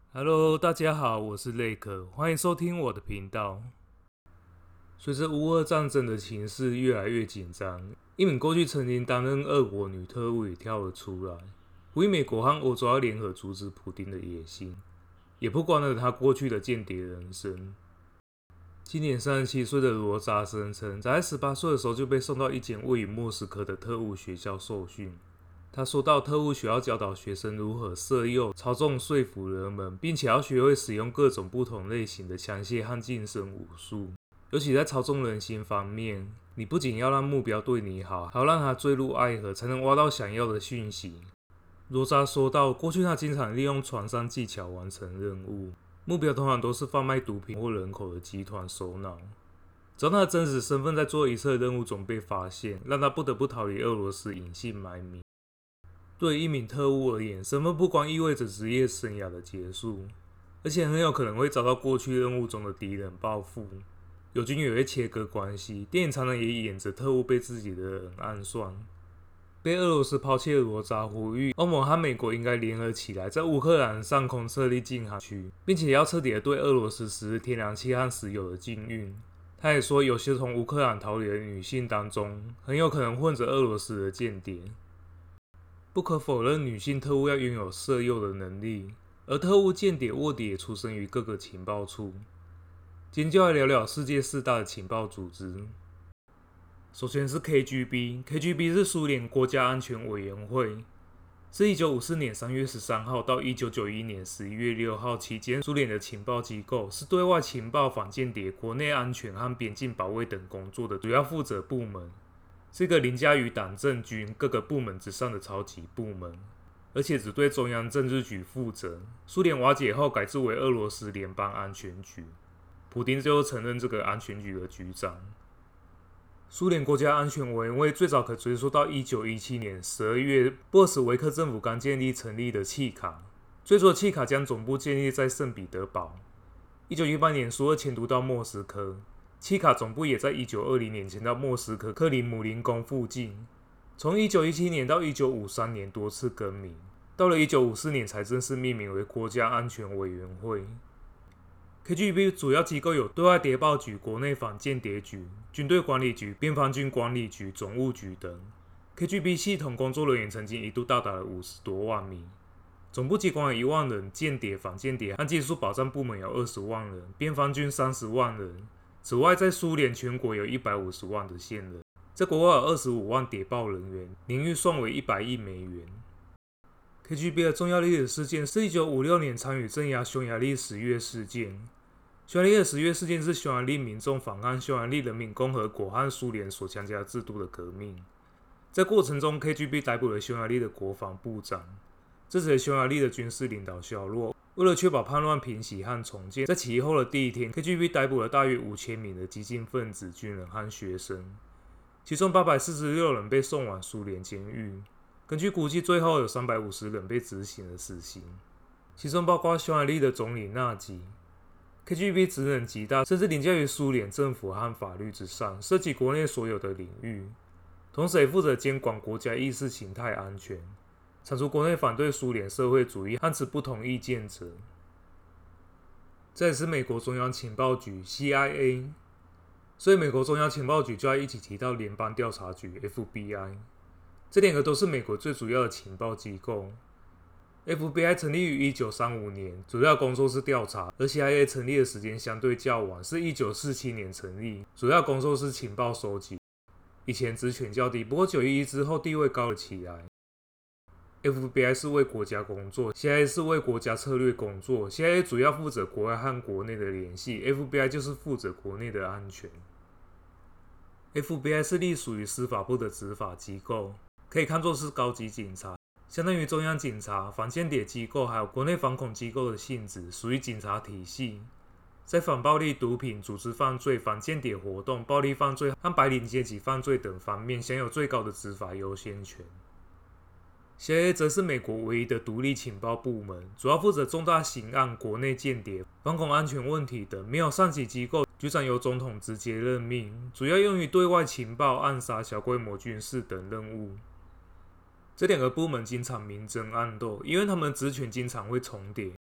Hello，大家好，我是雷克，欢迎收听我的频道。随着乌俄战争的情势越来越紧张，一名过去曾经担任俄国女特务也跳了出来，呼吁美国和欧洲要联合阻止普丁的野心，也不管了他过去的间谍人生。今年37岁的罗扎声称，在18岁的时候就被送到一间位于莫斯科的特务学校受训。他说到，特务学要教导学生如何色诱、操纵、说服人们，并且要学会使用各种不同类型的枪械和近身武术。尤其在操纵人心方面，你不仅要让目标对你好，还要让他坠入爱河，才能挖到想要的讯息。罗扎说到，过去他经常利用传商技巧完成任务，目标通常都是贩卖毒品或人口的集团首脑。直到他的真实身份在做一次的任务中被发现，让他不得不逃离俄罗斯，隐姓埋名。对于一名特务而言，身份不光意味着职业生涯的结束，而且很有可能会遭到过去任务中的敌人报复。友军也会切割关系，电影常常也演着特务被自己的人暗算。被俄罗斯抛弃的罗扎呼吁欧盟和美国应该联合起来，在乌克兰上空设立禁航区，并且要彻底的对俄罗斯实施天然气和石油的禁运。他也说，有些从乌克兰逃离的女性当中，很有可能混着俄罗斯的间谍。不可否认，女性特务要拥有色诱的能力，而特务间谍卧底也出生于各个情报处。今天就来聊聊世界4大的情报组织。首先是 KGB，KGB 是苏联国家安全委员会，是1954年3月13号到1991年11月6号期间苏联的情报机构，是对外情报、反间谍、国内安全和边境保卫等工作的主要负责部门。是一个凌驾于党政军各个部门之上的超级部门，而且只对中央政治局负责。苏联瓦解后改制为俄罗斯联邦安全局，普丁最后承认这个安全局的局长。苏联国家安全委员会最早可追溯到1917年12月，波尔什维克政府刚建立成立的契卡。最初的契卡将总部建立在圣彼得堡。1918年，苏俄迁都到莫斯科。契卡总部也在1920年迁到莫斯科克里姆林宫附近。从1917年到1953年多次更名，到了1954年才正式命名为国家安全委员会。KGB 主要机构有对外谍报局、国内反间谍局、军队管理局、边防军管理局、总务局等。KGB 系统工作人员曾经一度到达了50多万名，总部机关有1万人，间谍、反间谍和技术保障部门有20万人，边防军30万人。此外，在苏联全国有150万的线人，在国外有25万谍报人员，年预算为100亿美元。KGB 的重要历史事件是1956年参与镇压匈牙利10月事件。匈牙利的10月事件是匈牙利民众反抗匈牙利人民共和国和苏联所强加制度的革命。在过程中 ，KGB 逮捕了匈牙利的国防部长，支持了匈牙利的军事领导肖洛。为了确保叛乱平息和重建，在起义后的第一天 ，KGB 逮捕了大约5000名的激进分子、军人和学生，其中846人被送往苏联监狱。根据估计，最后有350人被执行了死刑，其中包括匈牙利的总理纳吉。KGB 职能极大，甚至凌驾于苏联政府和法律之上，涉及国内所有的领域，同时也负责监管国家意识形态安全。铲除国内反对苏联社会主义和持不同意见者。这也是美国中央情报局 CIA， 所以美国中央情报局就要一起提到联邦调查局 FBI， 这2个都是美国最主要的情报机构。FBI 成立于1935年，主要工作是调查，而 CIA 成立的时间相对较晚，是1947年成立，主要工作是情报收集。以前职权较低，不过911之后地位高了起来。FBI 是为国家工作 ，CIA 是为国家策略工作。CIA 主要负责国外和国内的联系 ，FBI 就是负责国内的安全。FBI 是隶属于司法部的执法机构，可以看作是高级警察，相当于中央警察、反间谍机构还有国内反恐机构的性质，属于警察体系。在反暴力、毒品、组织犯罪、反间谍活动、暴力犯罪和白领阶级犯罪等方面享有最高的执法优先权。CIA 则是美国唯一的独立情报部门，主要负责重大刑案、国内间谍、反恐安全问题等，没有上级机构，局长由总统直接任命，主要用于对外情报、暗杀、小规模军事等任务。这2个部门经常明争暗斗，因为他们职权经常会重叠。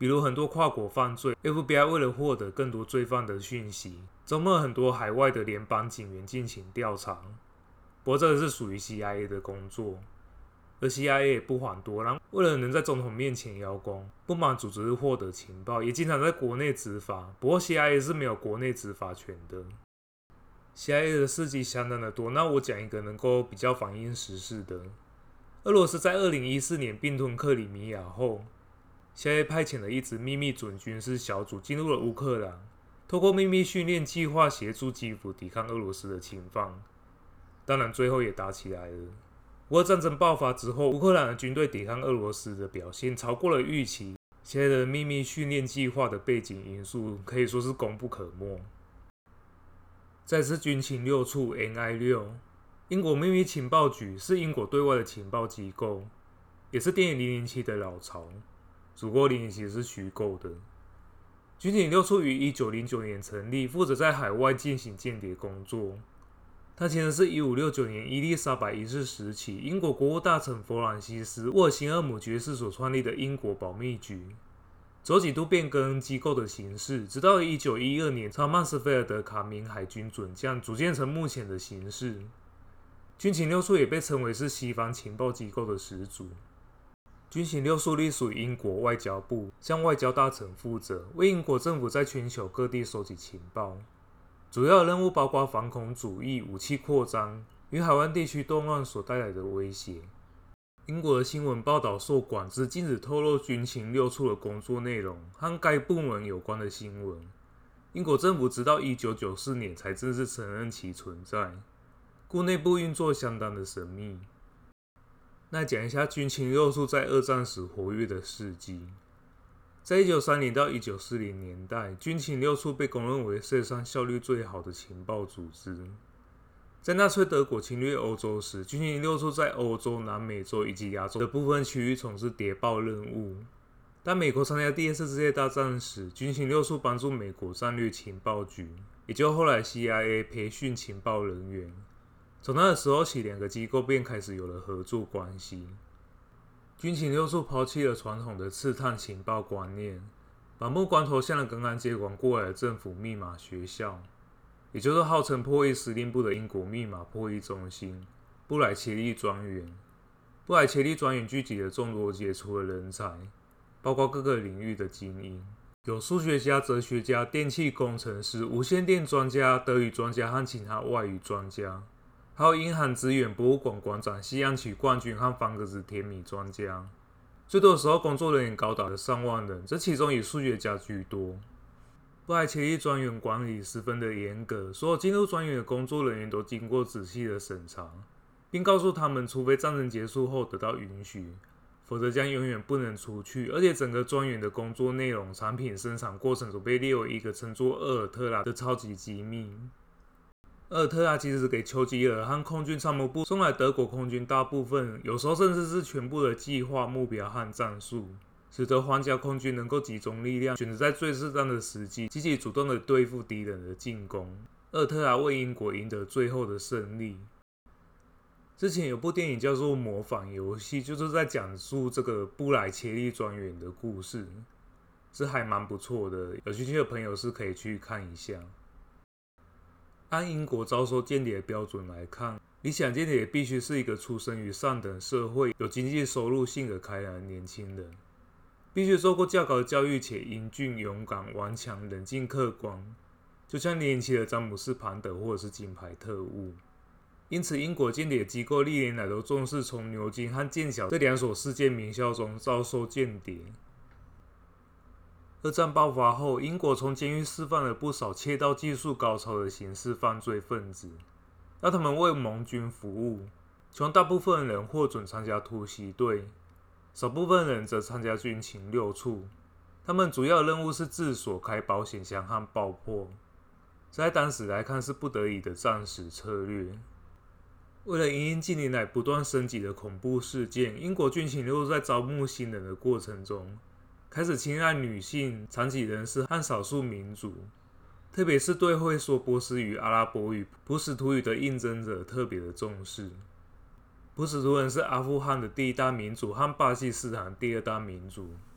比如很多跨国犯罪 ，FBI 为了获得更多罪犯的讯息，招募了很多海外的联邦警员进行调查。不过这个是属于 CIA 的工作，而 CIA 也不遑多让，为了能在总统面前邀功，不满组织获得情报，也经常在国内执法。不过 CIA 是没有国内执法权的。CIA 的事迹相当的多，那我讲一个能够比较反映时事的。俄罗斯在2014年并吞克里米亚后， CIA 派遣了一支秘密准军事小组进入了乌克兰，透过秘密训练计划协助基辅抵抗俄罗斯的侵犯。当然最后也打起来了。不过战争爆发之后，乌克兰的军队抵抗俄罗斯的表现超过了预期。现在的秘密训练计划的背景因素可以说是功不可没。再是军情六处 NI6， 英国秘密情报局是英国对外的情报机构，也是电影007的老巢。只不过007是虚构的。军情六处于1909年成立，负责在海外进行间谍工作。它其实是1569年伊丽莎白一世时期英国国务大臣弗朗西斯·沃尔辛厄姆爵士所创立的英国保密局，之后几度变更机构的形式，直到1912年查曼斯菲尔德卡明海军准将组建成目前的形式。军情六处也被称为是西方情报机构的始祖。军情六处隶属于英国外交部，向外交大臣负责，为英国政府在全球各地收集情报。主要的任务包括反恐主义、武器扩张与海湾地区动乱所带来的威胁。英国的新闻报道受管制，禁止透露军情六处的工作内容和该部门有关的新闻。英国政府直到1994年才正式承认其存在，故内部运作相当的神秘。那讲一下军情六处在二战时活跃的事迹。在1930到1940年代，军情六处被公认为世界上效率最好的情报组织。在纳粹德国侵略欧洲时，军情六处在欧洲、南美洲以及亚洲的部分区域从事谍报任务。当美国参加第二次世界大战时，军情六处帮助美国战略情报局，也就后来 CIA 培训情报人员。从那个时候起，两个机构便开始有了合作关系。军情六处抛弃了传统的刺探情报观念，把目光投向了刚刚接管过来的政府密码学校，也就是号称破译司令部的英国密码破译中心——布莱切利专员。布莱切利专员聚集了众多杰出的人才，包括各个领域的精英，有数学家、哲学家、电气工程师、无线电专家、德语专家和其他外语专家。还有银行资源博物馆馆长、西洋棋冠军和方格子甜米专家。最多的时候，工作人员高达了上万人，这其中以数学家居多。布莱切利专员管理十分的严格，所有进入专员的工作人员都经过仔细的审查，并告诉他们，除非战争结束后得到允许，否则将永远不能出去。而且整个专员的工作内容、产品生产过程都被列为一个称作厄尔特拉的超级机密。厄尔特拉其实是给丘吉尔和空军参谋部送来德国空军大部分，有时候甚至是全部的计划、目标和战术，使得皇家空军能够集中力量，选择在最适当的时机，积极主动的对付敌人的进攻。厄尔特拉为英国赢得最后的胜利。之前有部电影叫做《模仿游戏》，就是在讲述这个布莱切利专员的故事，是还蛮不错的，有兴趣的朋友是可以去看一下。按英国招收间谍的标准来看，理想间谍必须是一个出生于上等社会、有经济收入、性格开朗的年轻人，必须受过较高的教育且英俊、勇敢、顽强、冷静、客观，就像年轻的詹姆斯·庞德或者是金牌特务。因此，英国间谍机构历年来都重视从牛津和剑桥这两所世界名校中招收间谍。二战爆发后，英国从监狱释放了不少窃盗技术高超的刑事犯罪分子，让他们为盟军服务。其中大部分人获准参加突袭队，少部分人则参加军情六处。他们主要的任务是自锁、开保险箱和爆破，在当时来看是不得已的战时策略。为了因应近年来不断升级的恐怖事件，英国军情六处在招募新人的过程中，开始青睐女性、残疾人士和少数民族，特别是对会说波斯语、阿拉伯语、普什图语的应征者特别的重视。普什图人是阿富汗的第一大民族和巴基斯坦第二大民族，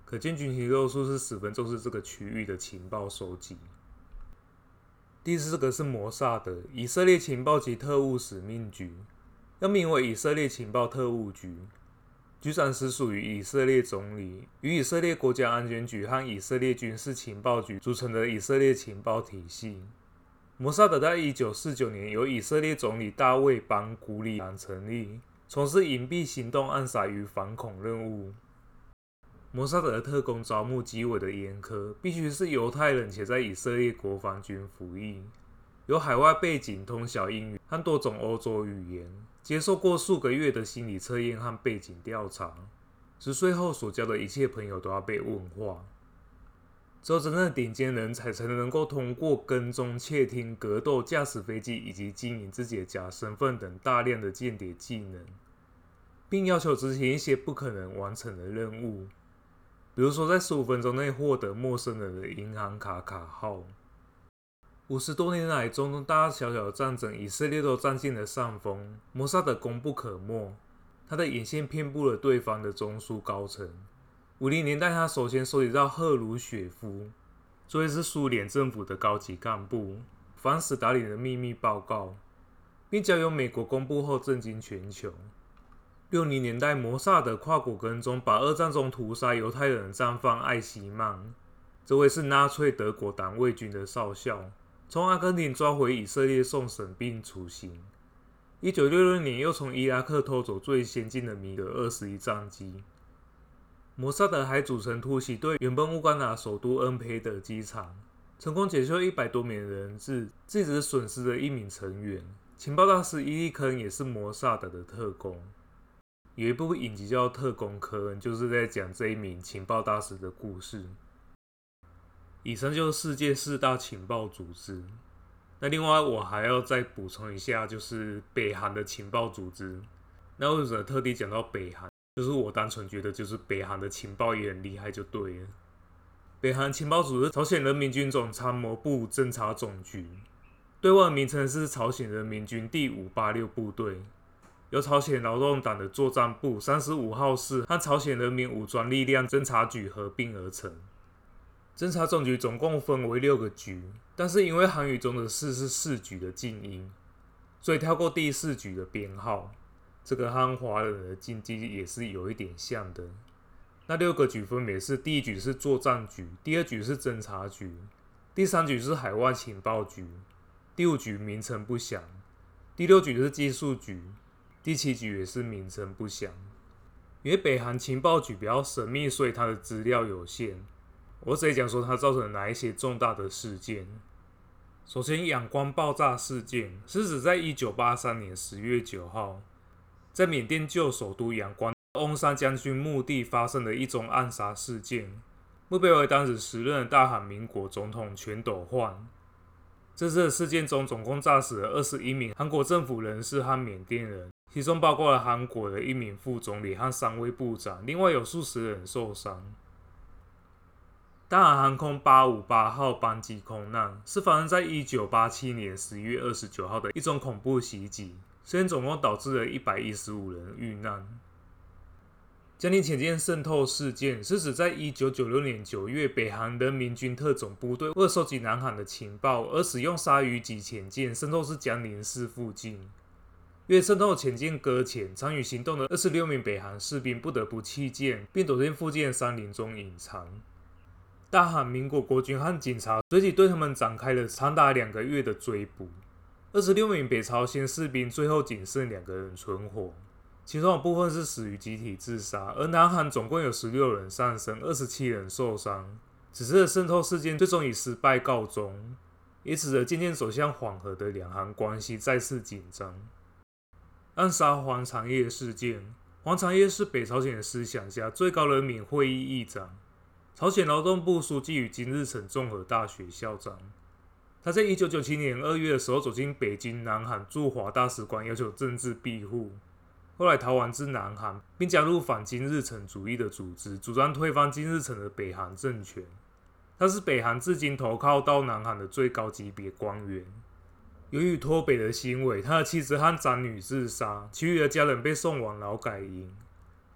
可见军情六处是十分重视这个区域的情报收集。第四个是摩萨德，以色列情报及特务使命局，又名为以色列情报特务局。局长实属于以色列总理，与以色列国家安全局和以色列军事情报局组成的以色列情报体系。摩萨德在1949年由以色列总理大卫·班古里安成立，从事隐蔽行动、暗杀与反恐任务。摩萨德的特工招募极为的严苛，必须是犹太人且在以色列国防军服役，有海外背景，通晓英语和多种欧洲语言，接受过数个月的心理测验和背景调查。10岁后所交的一切朋友都要被问话。只有真正的顶尖人才才能够通过跟踪、窃听、格斗、驾驶飞机以及经营自己的假身份等大量的间谍技能，并要求执行一些不可能完成的任务。比如说在15分钟内获得陌生人的银行卡卡号。50多年来，种种大大小小的战争，以色列都占尽了上风。摩萨德功不可没，他的眼线遍布了对方的中枢高层。50年代，他首先收集到赫鲁雪夫，作为是苏联政府的高级干部，反史达林的秘密报告，并交由美国公布后震惊全球。60年代，摩萨德跨国跟踪把二战中屠杀犹太人的战犯艾希曼，这位是纳粹德国党卫军的少校，从阿根廷抓回以色列送审并处刑。1966年又从伊拉克偷走最先进的米格21战机。摩萨德还组成突袭队，原本乌干达首都恩培德机场，成功解救100多名人质，自己只损失了1名成员。情报大师伊利科恩也是摩萨德的特工。有一部影集叫《特工科恩》，就是在讲这一名情报大师的故事。以上就是世界4大情报组织。那另外我还要再补充一下，就是北韩的情报组织。那为什么特地讲到北韩？就是我单纯觉得，就是北韩的情报也很厉害就对了。北韩情报组织朝鲜人民军总参谋部侦察总局，对外名称是朝鲜人民军第586部队。由朝鲜劳动党的作战部35号室和朝鲜人民武装力量侦察局合并而成。侦察总局总共分为6个局，但是因为韩语中的4是4局的静音，所以跳过第4局的编号。这个和华人的禁忌也是有一点像的。那6个局分别是：第1局是作战局，第2局是侦察局，第3局是海外情报局，第5局名称不详，第6局是技术局，第7局也是名称不详。因为北韩情报局比较神秘，所以它的资料有限。我直接讲说它造成了哪一些重大的事件。首先，仰光爆炸事件是指在1983年10月9号，在缅甸旧首都仰光翁山将军墓地发生的一宗暗杀事件，目标为当时时任的大韩民国总统全斗焕。这次的事件中，总共炸死了21名韩国政府人士和缅甸人，其中包括了韩国的1名副总理和3位部长，另外有数十人受伤。大韩航空858号班机空难是发生在1987年11月29号的一宗恐怖袭击，事件总共导致了115人遇难。将领潜舰渗透事件是指在1996年9月，北韩人民军特种部队为了收集南韩的情报，而使用鲨鱼级潜舰渗透至江陵市附近。因为渗透潜舰搁浅，参与行动的26名北韩士兵不得不弃舰，并躲进附近的山林中隐藏。大韩民国国军和警察随即对他们展开了长达2个月的追捕。26名北朝鲜士兵最后仅剩2个人存活，其中的部分是死于集体自杀，而南韩总共有16人丧生，27人受伤。此次的渗透事件最终以失败告终，也使得渐渐走向缓和的两韩关系再次紧张。暗杀黄长业事件，黄长业是北朝鲜的思想家、最高人民会议议长、朝鲜劳动部书记与金日成综合大学校长。他在1997年2月的时候走进北京南韩驻华大使馆，要求政治庇护。后来逃亡至南韩，并加入反金日成主义的组织，主张推翻金日成的北韩政权。他是北韩至今投靠到南韩的最高级别官员。由于脱北的行为，他的妻子和长女自杀，其余的家人被送往劳改营。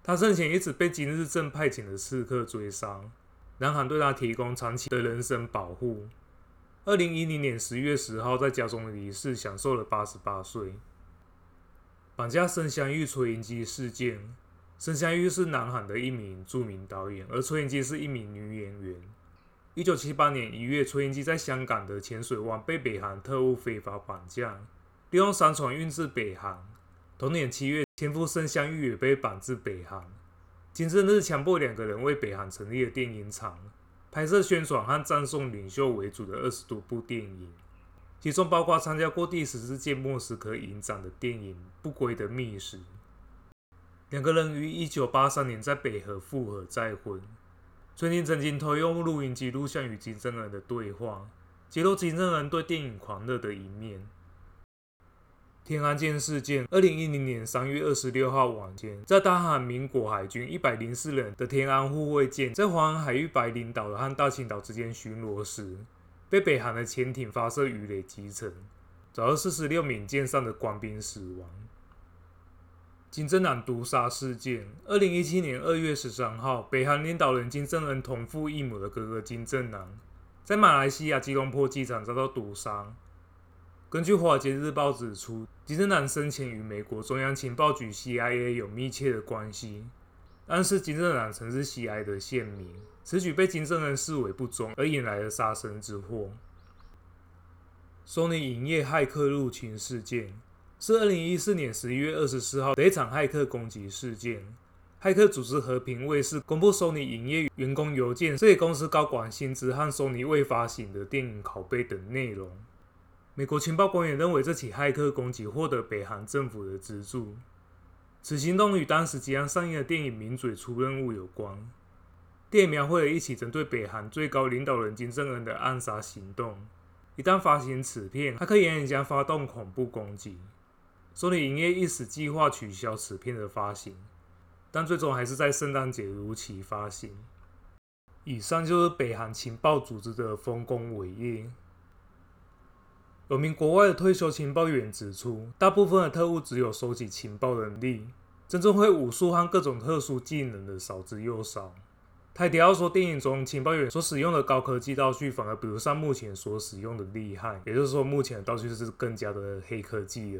他生前一直被金日正派遣的刺客追杀，南韩对他提供长期的人身保护。2010年10月10号在家中离世，享受了88岁。绑架申湘玉崔英姬事件，申湘玉是南韩的一名著名导演，而崔英姬是一名女演员。1978年1月，崔英姬在香港的浅水湾被北韩特务非法绑架，利用商船运至北韩。同年7月，前夫申湘玉也被绑至北韩。金正日强迫2个人为北韩成立了电影厂，拍摄宣传和赞颂领袖为主的20多部电影，其中包括参加过第14届莫斯科影展的电影《不归的密使》。2个人于1983年在北河复合再婚。崔宁曾经偷用录音机录像与金正恩的对话，揭露金正恩对电影狂热的一面。天安舰事件，2010年3月26号晚间，在大韩民国海军104人的天安护卫舰在华安海域白领岛和大清岛之间巡逻时，被北韩的潜艇发射鱼雷击沉，造成46名舰上的官兵死亡。金正男毒杀事件，2017年2月13号，北韩领导人金正恩同父异母的哥哥金正男，在马来西亚吉隆坡机场遭到毒杀。根据《华尔街日报》指出，金正男生前与美国中央情报局 CIA 有密切的关系，暗示金正男曾是 CIA 的线民。此举被金正恩视为不忠，而引来了杀身之祸。索尼影业骇客入侵事件是2014年11月24号的一场骇客攻击事件。骇客组织和平卫视公布索尼影业员工邮件、涉及公司高管薪资和索尼未发行的电影拷贝等内容。美国情报官员认为这起骇客攻击获得北韩政府的资助，此行动与当时即将上映的电影《名嘴出任务》有关。电影描绘了一起针对北韩最高领导人金正恩的暗杀行动。一旦发行此片，骇客扬言将发动恐怖攻击。索尼影业一时计划取消此片的发行，但最终还是在圣诞节如期发行。以上就是北韩情报组织的丰功伟业。有名国外的退休情报员指出，大部分的特务只有收集情报能力，真正会武术和各种特殊技能的少之又少。他也提到说，电影中情报员所使用的高科技道具反而比不上目前所使用的厉害，也就是说，目前的道具是更加的黑科技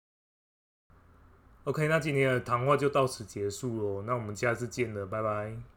了。OK， 那今天的谈话就到此结束咯，那我们下次见了，拜拜。